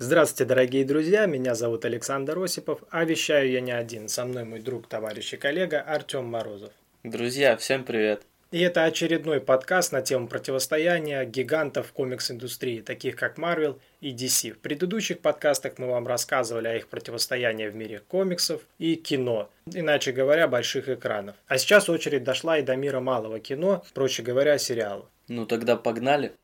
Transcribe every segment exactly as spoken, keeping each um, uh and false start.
Здравствуйте, дорогие друзья, меня зовут Александр Осипов, а вещаю я не один, со мной мой друг, товарищ и коллега Артем Морозов. Друзья, всем привет! И это очередной подкаст на тему противостояния гигантов комикс-индустрии, таких как Marvel и ди си. В предыдущих подкастах мы вам рассказывали о их противостоянии в мире комиксов и кино, иначе говоря, больших экранов. А сейчас очередь дошла и до мира малого кино, проще говоря, сериалов. Ну тогда погнали!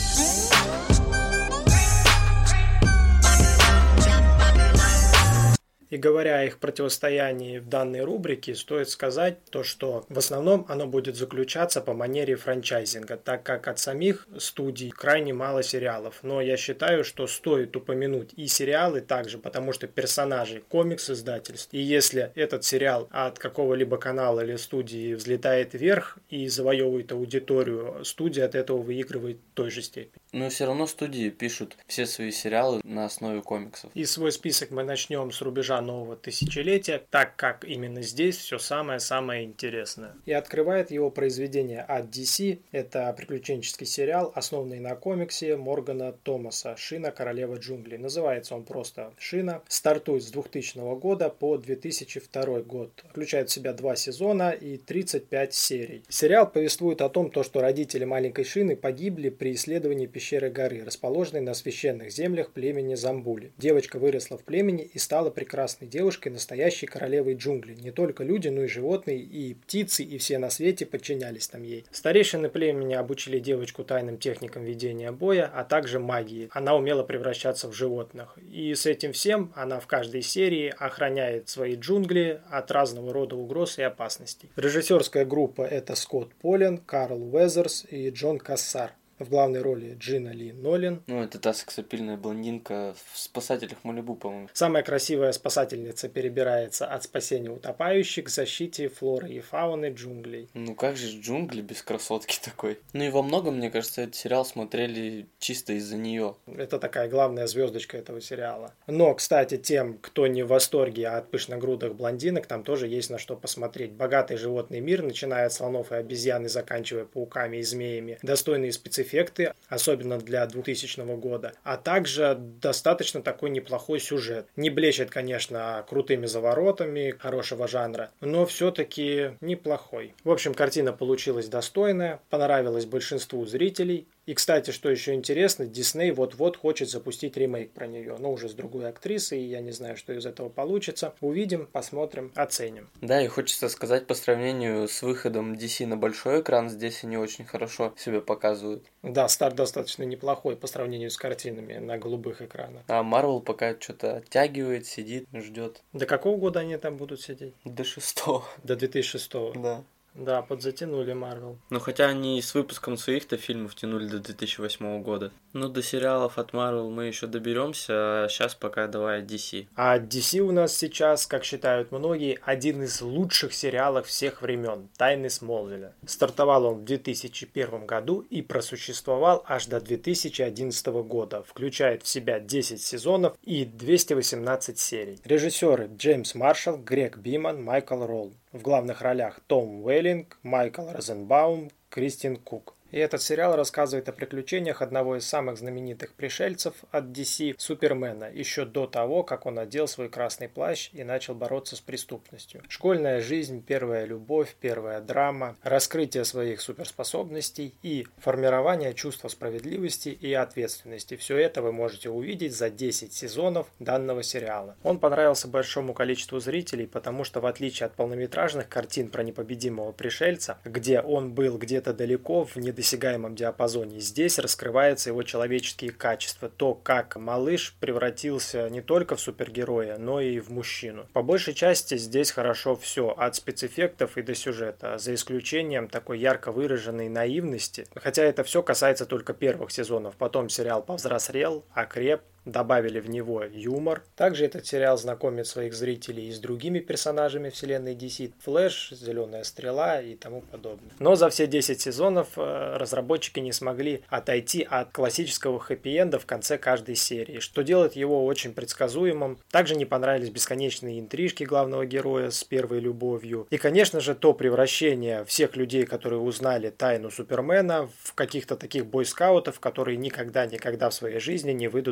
И говоря о их противостоянии в данной рубрике, стоит сказать то, что в основном оно будет заключаться по манере франчайзинга, так как от самих студий крайне мало сериалов. Но я считаю, что стоит упомянуть и сериалы также, потому что персонажи комикс-издательств. И если этот сериал от какого-либо канала или студии взлетает вверх и завоевывает аудиторию, студия от этого выигрывает в той же степени. Но все равно студии пишут все свои сериалы на основе комиксов. И свой список мы начнем с рубежа нового тысячелетия, так как именно здесь все самое-самое интересное. И открывает его произведение от ди си. Это приключенческий сериал, основанный на комиксе Моргана Томаса «Шина. Королева джунглей». Называется он просто «Шина». Стартует с двухтысячного года по две тысячи второй год. Включает в себя два сезона и тридцать пять серий. Сериал повествует о том, что родители маленькой Шины погибли при исследовании пещеры горы, расположенной на священных землях племени Замбули. Девочка выросла в племени и стала прекрасной девушкой, настоящей королевой джунглей. Не только люди, но и животные, и птицы, и все на свете подчинялись там ей. Старейшины племени обучили девочку тайным техникам ведения боя, а также магии. Она умела превращаться в животных. И с этим всем она в каждой серии охраняет свои джунгли от разного рода угроз и опасностей. Режиссерская группа это Скотт Полен, Карл Уэзерс и Джон Кассар. В главной роли Джина Ли Нолин. Ну, это та сексапильная блондинка в «Спасателях Малибу», по-моему. Самая красивая спасательница перебирается от спасения утопающих к защите флоры и фауны джунглей. Ну, как же джунгли без красотки такой? Ну, и во многом, мне кажется, этот сериал смотрели чисто из-за нее. Это такая главная звездочка этого сериала. Но, кстати, тем, кто не в восторге от пышногрудых блондинок, там тоже есть на что посмотреть. Богатый животный мир, начиная от слонов и обезьян и заканчивая пауками и змеями. Достойные спецэффекты. эффекты, особенно для двухтысячного года, а также достаточно такой неплохой сюжет. Не блещет, конечно, крутыми заворотами хорошего жанра, но все-таки неплохой. В общем, картина получилась достойная, понравилась большинству зрителей. И, кстати, что еще интересно, Дисней вот-вот хочет запустить ремейк про нее, но уже с другой актрисой, и я не знаю, что из этого получится. Увидим, посмотрим, оценим. Да, и хочется сказать, по сравнению с выходом ди си на большой экран, здесь они очень хорошо себя показывают. Да, старт достаточно неплохой по сравнению с картинами на голубых экранах. А Marvel пока что-то оттягивает, сидит, ждет. До какого года они там будут сидеть? До шестого. До две тысячи шестого. Да. Да, подзатянули Marvel. Ну, хотя они с выпуском своих-то фильмов тянули до две тысячи восьмого года. Ну, до сериалов от Marvel мы еще доберемся, а сейчас пока давай ди си. А ди си у нас сейчас, как считают многие, один из лучших сериалов всех времен – «Тайны Смолвиля». Стартовал он в две тысячи первом году и просуществовал аж до две тысячи одиннадцатого года. Включает в себя десять сезонов и двести восемнадцать серий. Режиссеры Джеймс Маршалл, Грег Биман, Майкл Ролл. В главных ролях Том Уэллинг, Майкл Розенбаум, Кристин Кук. И этот сериал рассказывает о приключениях одного из самых знаменитых пришельцев от ди си, Супермена, еще до того, как он надел свой красный плащ и начал бороться с преступностью. Школьная жизнь, первая любовь, первая драма, раскрытие своих суперспособностей и формирование чувства справедливости и ответственности. Все это вы можете увидеть за десять сезонов данного сериала. Он понравился большому количеству зрителей, потому что в отличие от полнометражных картин про непобедимого пришельца, где он был где-то далеко в недостижимом досягаемом диапазоне. Здесь раскрываются его человеческие качества, то, как малыш превратился не только в супергероя, но и в мужчину. По большей части здесь хорошо все, от спецэффектов и до сюжета, за исключением такой ярко выраженной наивности, хотя это все касается только первых сезонов. Потом сериал повзрослел, окреп, добавили в него юмор. Также этот сериал знакомит своих зрителей и с другими персонажами вселенной ди си. Флэш, Зеленая Стрела и тому подобное. Но за все десять сезонов разработчики не смогли отойти от классического хэппи-энда в конце каждой серии, что делает его очень предсказуемым. Также не понравились бесконечные интрижки главного героя с первой любовью. И, конечно же, то превращение всех людей, которые узнали тайну Супермена, в каких-то таких бойскаутов, которые никогда-никогда в своей жизни не выдадут эту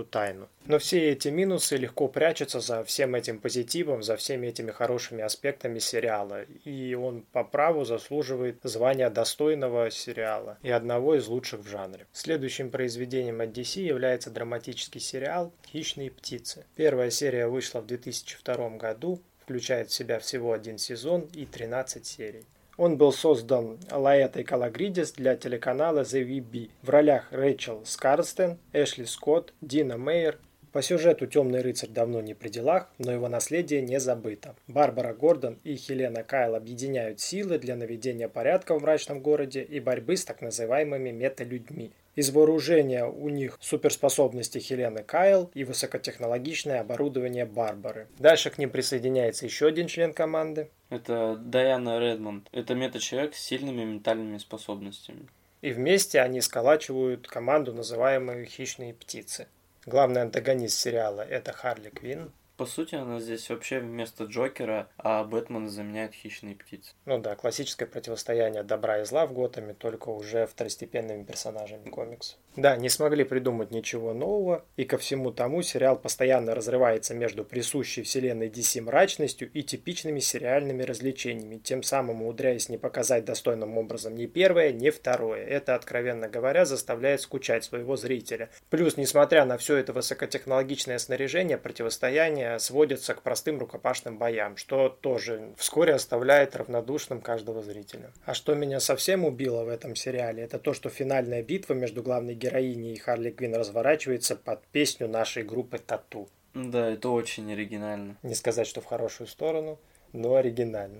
тайну. Но все эти минусы легко прячутся за всем этим позитивом, за всеми этими хорошими аспектами сериала. И он по праву заслуживает звания достойного сериала и одного из лучших в жанре. Следующим произведением от ди си является драматический сериал «Хищные птицы». Первая серия вышла в две тысячи втором году, включает в себя всего один сезон и тринадцать серий. Он был создан Лаэтой Калагридис для телеканала зет ви би в ролях Рэйчел Скарстен, Эшли Скотт, Дина Мейер. По сюжету «Темный рыцарь» давно не при делах, но его наследие не забыто. Барбара Гордон и Хелена Кайл объединяют силы для наведения порядка в мрачном городе и борьбы с так называемыми мета-людьми. Из вооружения у них суперспособности Хелены Кайл и высокотехнологичное оборудование Барбары. Дальше к ним присоединяется еще один член команды. Это Дайана Редмонд. Это мета-человек с сильными ментальными способностями. И вместе они сколачивают команду, называемую «Хищные птицы». Главный антагонист сериала – это Харли Квинн. По сути, она здесь вообще вместо Джокера, а Бэтмена заменяет хищные птицы. Ну да, классическое противостояние добра и зла в Готэме, только уже второстепенными персонажами комикса. Да, не смогли придумать ничего нового, и ко всему тому сериал постоянно разрывается между присущей вселенной ди си мрачностью и типичными сериальными развлечениями, тем самым умудряясь не показать достойным образом ни первое, ни второе. Это, откровенно говоря, заставляет скучать своего зрителя. Плюс, несмотря на все это высокотехнологичное снаряжение, противостояние сводится к простым рукопашным боям, что тоже вскоре оставляет равнодушным каждого зрителя. А что меня совсем убило в этом сериале, это то, что финальная битва между главной героиней и Харли Квинн разворачивается под песню нашей группы Тату. Да, это очень оригинально. Не сказать, что в хорошую сторону, но оригинально.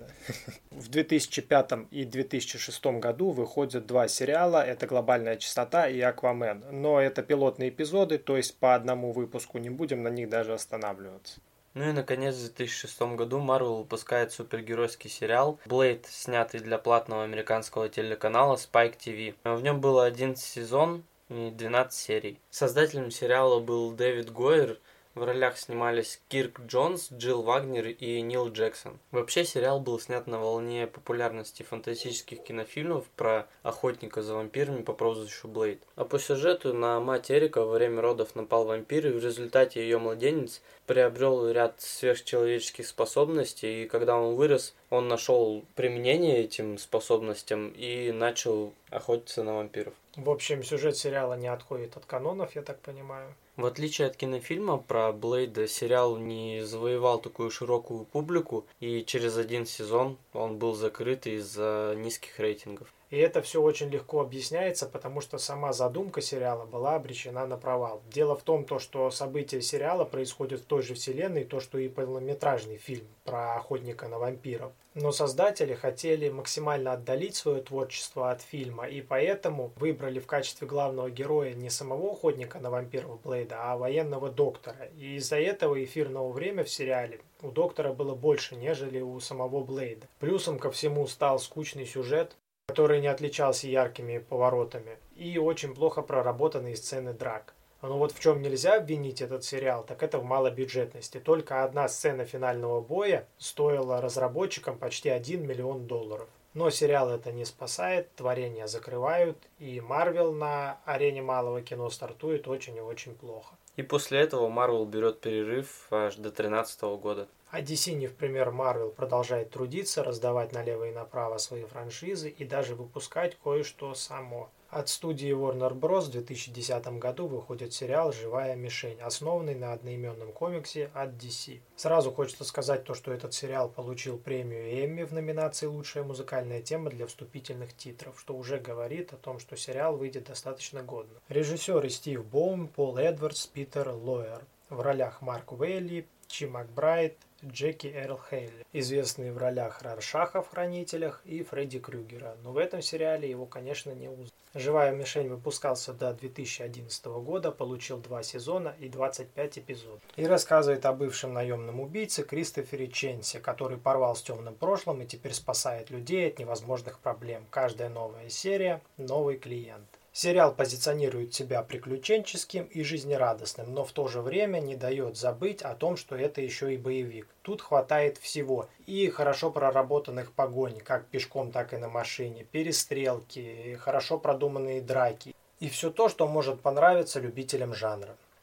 В две тысячи пятом и две тысячи шестом году выходят два сериала, это «Глобальная чистота» и «Аквамен». Но это пилотные эпизоды, то есть по одному выпуску, не будем на них даже останавливаться. Ну и, наконец, в две тысячи шестом году Marvel выпускает супергеройский сериал «Блейд», снятый для платного американского телеканала Spike ти ви. В нем было один сезон и двенадцать серий. Создателем сериала был Дэвид Гойер. В ролях снимались Кирк Джонс, Джилл Вагнер и Нил Джексон. Вообще сериал был снят на волне популярности фантастических кинофильмов про охотника за вампирами по прозвищу Блейд. А по сюжету на мать Эрика во время родов напал вампир, и в результате ее младенец приобрел ряд сверхчеловеческих способностей, и когда он вырос, он нашел применение этим способностям и начал охотиться на вампиров. В общем, сюжет сериала не отходит от канонов, я так понимаю. В отличие от кинофильма про Блейда, сериал не завоевал такую широкую публику, и через один сезон он был закрыт из-за низких рейтингов. И это все очень легко объясняется, потому что сама задумка сериала была обречена на провал. Дело в том, то, что события сериала происходят в той же вселенной, то, что и полнометражный фильм про охотника на вампиров. Но создатели хотели максимально отдалить свое творчество от фильма, и поэтому выбрали в качестве главного героя не самого охотника на вампиров Блейда, а военного доктора. И из-за этого эфирного времени в сериале у доктора было больше, нежели у самого Блейда. Плюсом ко всему стал скучный сюжет, который не отличался яркими поворотами, и очень плохо проработанные сцены драк. Но вот в чем нельзя обвинить этот сериал, так это в малобюджетности. Только одна сцена финального боя стоила разработчикам почти один миллион долларов. Но сериал это не спасает, творения закрывают, и Marvel на арене малого кино стартует очень и очень плохо. И после этого Marvel берет перерыв аж до две тысячи тринадцатого года. А ди си, не в пример Marvel, продолжает трудиться, раздавать налево и направо свои франшизы и даже выпускать кое-что само. От студии Warner Bros. В две тысячи десятом году выходит сериал «Живая мишень», основанный на одноименном комиксе от ди си. Сразу хочется сказать то, что этот сериал получил премию Эмми в номинации «Лучшая музыкальная тема» для вступительных титров, что уже говорит о том, что сериал выйдет достаточно годно. Режиссеры Стив Боум, Пол Эдвардс, Питер Лойер. В ролях Марк Уэйли, Чи Макбрайт, Джеки Эрл Хейли, известные в ролях Роршаха в «Хранителях» и Фредди Крюгера, но в этом сериале его, конечно, не узнать. «Живая мишень» выпускался до две тысячи одиннадцатого года, получил два сезона и двадцать пять эпизодов. И рассказывает о бывшем наемном убийце Кристофере Ченси, который порвал с темным прошлым и теперь спасает людей от невозможных проблем. Каждая новая серия – новый клиент. Сериал позиционирует себя приключенческим и жизнерадостным, но в то же время не дает забыть о том, что это еще и боевик. Тут хватает всего. И хорошо проработанных погонь, как пешком, так и на машине, перестрелки, хорошо продуманные драки. И все то, что может понравиться любителям жанра.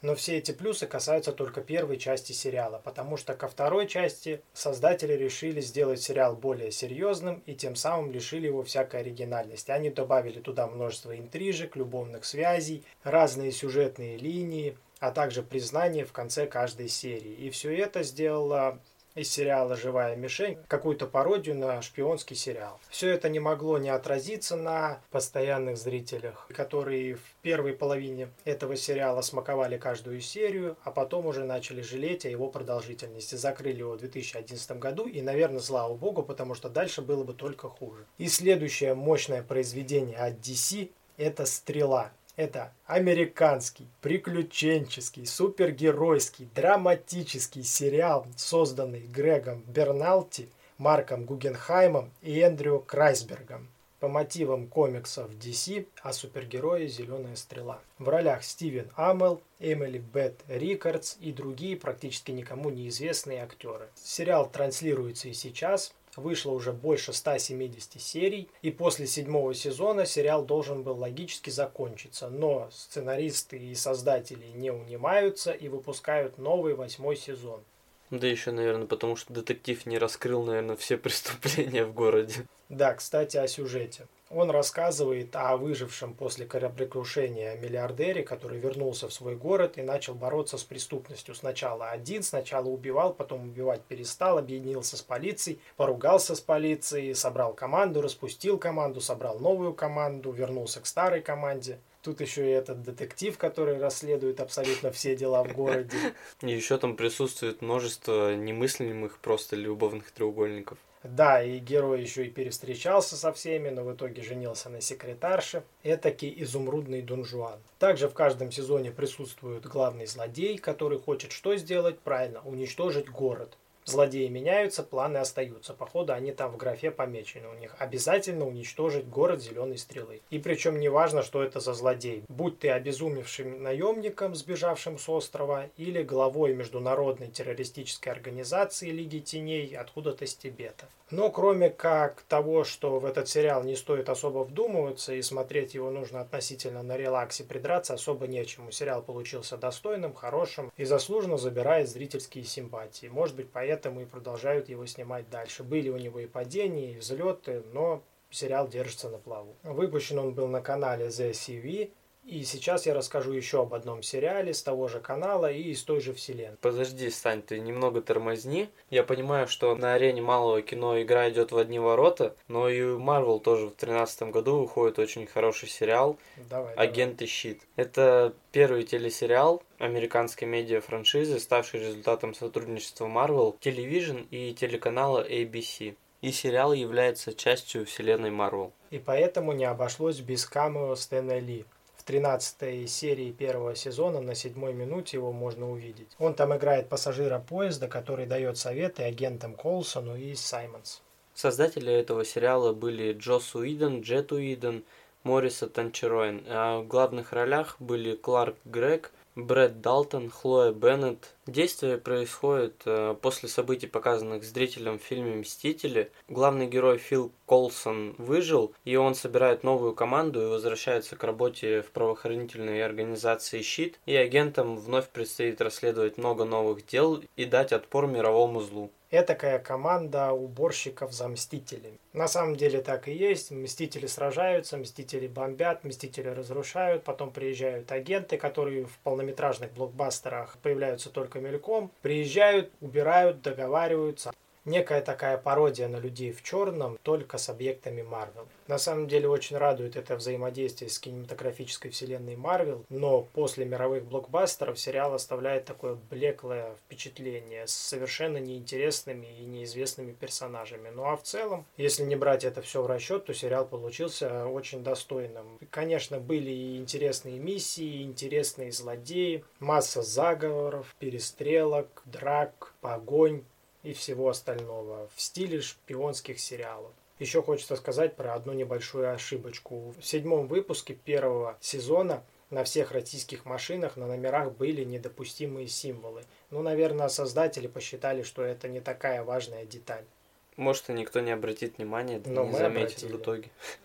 Но все эти плюсы касаются только первой части сериала, потому что ко второй части создатели решили сделать сериал более серьезным и тем самым лишили его всякой оригинальности. Они добавили туда множество интрижек, любовных связей, разные сюжетные линии, а также признание в конце каждой серии. И все это сделало из сериала «Живая мишень» какую-то пародию на шпионский сериал. Все это не могло не отразиться на постоянных зрителях, которые в первой половине этого сериала смаковали каждую серию, а потом уже начали жалеть о его продолжительности. Закрыли его в две тысячи одиннадцатом году, и, наверное, слава богу, потому что дальше было бы только хуже. И следующее мощное произведение от ди си – это «Стрела». Это американский, приключенческий, супергеройский, драматический сериал, созданный Грегом Берналти, Марком Гугенхаймом и Эндрю Крайсбергом по мотивам комиксов ди си о супергерое «Зеленая стрела». В ролях Стивен Амелл, Эмили Бет Рикардс и другие практически никому неизвестные актеры. Сериал транслируется и сейчас. Вышло уже больше ста семидесяти серий, и после седьмого сезона сериал должен был логически закончиться, но сценаристы и создатели не унимаются и выпускают новый восьмой сезон. Да еще, наверное, потому что детектив не раскрыл, наверное, все преступления в городе. Да, кстати, о сюжете. Он рассказывает о выжившем после кораблекрушения миллиардере, который вернулся в свой город и начал бороться с преступностью. Сначала один, сначала убивал, потом убивать перестал, объединился с полицией, поругался с полицией, собрал команду, распустил команду, собрал новую команду, вернулся к старой команде. Тут еще и этот детектив, который расследует абсолютно все дела в городе. И еще там присутствует множество немыслимых просто любовных треугольников. Да, и герой еще и перевстречался со всеми, но в итоге женился на секретарше. Этакий изумрудный Дон Жуан. Также в каждом сезоне присутствует главный злодей, который хочет что сделать? Правильно, уничтожить город. Злодеи меняются, планы остаются. Походу, они там в графе помечены. У них обязательно уничтожить город Зеленой Стрелы. И причем не важно, что это за злодей. Будь ты обезумевшим наемником, сбежавшим с острова, или главой международной террористической организации Лиги Теней откуда-то с Тибета. Но кроме как того, что в этот сериал не стоит особо вдумываться и смотреть его нужно относительно на релаксе, придраться особо нечему. Сериал получился достойным, хорошим и заслуженно забирает зрительские симпатии. Может быть, поэтому Поэтому и продолжают его снимать дальше. Были у него и падения, и взлеты, но сериал держится на плаву. Выпущен он был на канале зе си ви. И сейчас я расскажу еще об одном сериале с того же канала и из той же вселенной. Подожди, Стань, ты немного тормозни. Я понимаю, что на арене малого кино игра идет в одни ворота, но и у Marvel тоже в две тысячи тринадцатом году выходит очень хороший сериал давай, «Агенты Щит». Это первый телесериал американской медиа-франшизы, ставший результатом сотрудничества Marvel, Television и телеканала эй би си. И сериал является частью вселенной Marvel. И поэтому не обошлось без камео Стэна Ли. В тринадцатой серии первого сезона на седьмой минуте его можно увидеть. Он там играет пассажира поезда, который дает советы агентам Коулсону и Саймонс. Создатели этого сериала были Джосс Уидон, Джет Уидон, Мориса Танчероен, а в главных ролях были Кларк Грег, Брэд Далтон, Хлоя Беннет. Действие происходит э, после событий, показанных зрителям в фильме «Мстители». Главный герой Фил Коулсон выжил, и он собирает новую команду и возвращается к работе в правоохранительной организации «Щит», и агентам вновь предстоит расследовать много новых дел и дать отпор мировому злу. Этакая команда уборщиков за Мстителями. На самом деле так и есть. Мстители сражаются, Мстители бомбят, Мстители разрушают. Потом приезжают агенты, которые в полнометражных блокбастерах появляются только мельком. Приезжают, убирают, договариваются. Некая такая пародия на людей в черном, только с объектами Marvel. На самом деле очень радует это взаимодействие с кинематографической вселенной Marvel, но после мировых блокбастеров сериал оставляет такое блеклое впечатление с совершенно неинтересными и неизвестными персонажами. Ну а в целом, если не брать это все в расчет, то сериал получился очень достойным. Конечно, были и интересные миссии, и интересные злодеи, масса заговоров, перестрелок, драк, погонь и всего остального в стиле шпионских сериалов. Еще хочется сказать про одну небольшую ошибочку. В седьмом выпуске первого сезона на всех российских машинах на номерах были недопустимые символы. Ну, наверное, создатели посчитали, что это не такая важная деталь. Может, и никто не обратит внимания, да Но не мы заметит обратили. в итоге.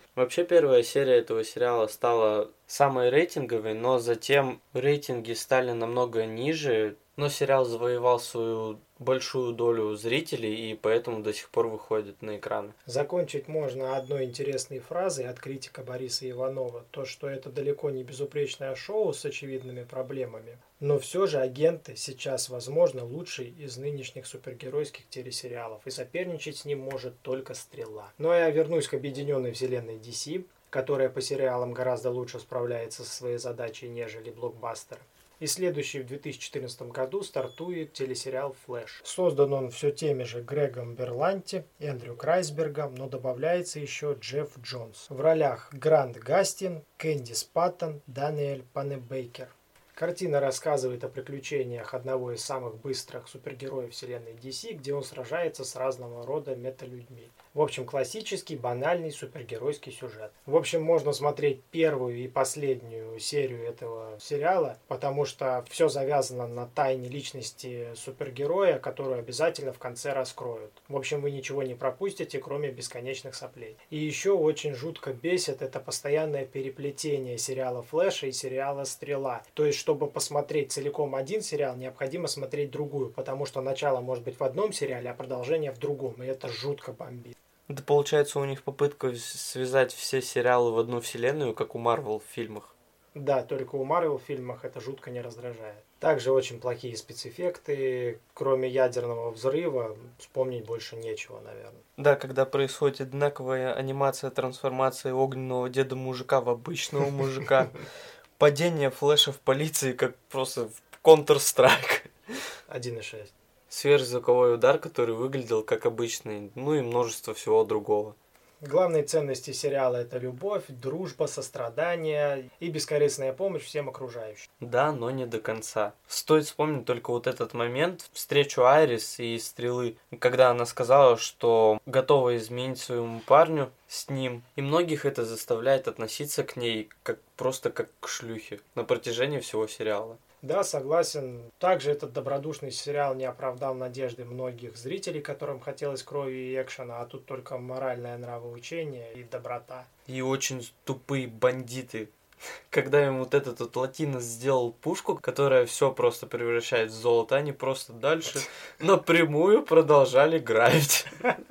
Вообще первая серия этого сериала стала самой рейтинговой, но затем рейтинги стали намного ниже, но сериал завоевал свою большую долю зрителей и поэтому до сих пор выходит на экраны. Закончить можно одной интересной фразой от критика Бориса Иванова, то что это далеко не безупречное шоу с очевидными проблемами, но все же «Агенты» сейчас, возможно, лучший из нынешних супергеройских телесериалов, и соперничать с ним может только «Стрела». Но я вернусь к объединенной вселенной ди си, которая по сериалам гораздо лучше справляется со своей задачей, нежели блокбастеры. И следующий в две тысячи четырнадцатом году стартует телесериал «Флэш». Создан он все теми же Грегом Берланти, Эндрю Крайсбергом, но добавляется еще Джефф Джонс. В ролях Грант Гастин, Кэндис Паттон, Даниэль Панебейкер. Картина рассказывает о приключениях одного из самых быстрых супергероев вселенной ди си, где он сражается с разного рода металюдьми. В общем, классический, банальный супергеройский сюжет. В общем, можно смотреть первую и последнюю серию этого сериала, потому что все завязано на тайне личности супергероя, которую обязательно в конце раскроют. В общем, вы ничего не пропустите, кроме бесконечных соплей. И еще очень жутко бесит это постоянное переплетение сериала «Флэша» и сериала «Стрела». То есть, чтобы посмотреть целиком один сериал, необходимо смотреть другую, потому что начало может быть в одном сериале, а продолжение в другом, и это жутко бомбит. Это получается у них попытка связать все сериалы в одну вселенную, как у Марвел в фильмах. Да, только у Марвел в фильмах это жутко не раздражает. Также очень плохие спецэффекты, кроме ядерного взрыва, вспомнить больше нечего, наверное. Да, когда происходит одинаковая анимация трансформации огненного деда-мужика в обычного мужика. Падение Флэша в полиции, как просто в Counter-Strike. один и шесть. Сверхзвуковой удар, который выглядел как обычный, ну и множество всего другого. Главные ценности сериала – это любовь, дружба, сострадание и бескорыстная помощь всем окружающим. Да, но не до конца. Стоит вспомнить только вот этот момент, встречу Айрис и Стрелы, когда она сказала, что готова изменить своему парню с ним. И многих это заставляет относиться к ней как просто как к шлюхе на протяжении всего сериала. Да, согласен. Также этот добродушный сериал не оправдал надежды многих зрителей, которым хотелось крови и экшена, а тут только моральное нравоучение и доброта. И очень тупые бандиты. Когда им вот этот вот латинос сделал пушку, которая все просто превращает в золото, они просто дальше напрямую продолжали грабить.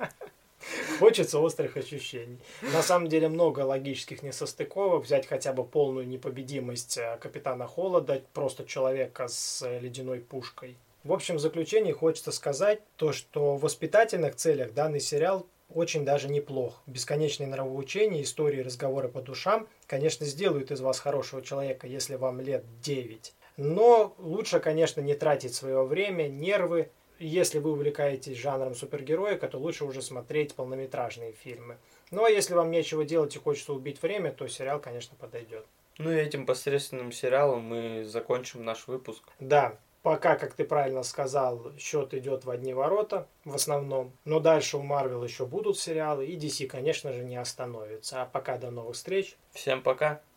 Хочется острых ощущений. На самом деле много логических несостыковок. Взять хотя бы полную непобедимость Капитана Холода, просто человека с ледяной пушкой. В общем, в заключение хочется сказать то, что в воспитательных целях данный сериал очень даже неплох. Бесконечные нравоучения, истории, разговоры по душам, конечно, сделают из вас хорошего человека, если вам лет девять. Но лучше, конечно, не тратить свое время, нервы. Если вы увлекаетесь жанром супергероика, то лучше уже смотреть полнометражные фильмы. Ну а если вам нечего делать и хочется убить время, то сериал, конечно, подойдет. Ну и этим посредственным сериалом мы закончим наш выпуск. Да, пока, как ты правильно сказал, счет идет в одни ворота в основном. Но дальше у Marvel еще будут сериалы, и ди си, конечно же, не остановится. А пока до новых встреч. Всем пока.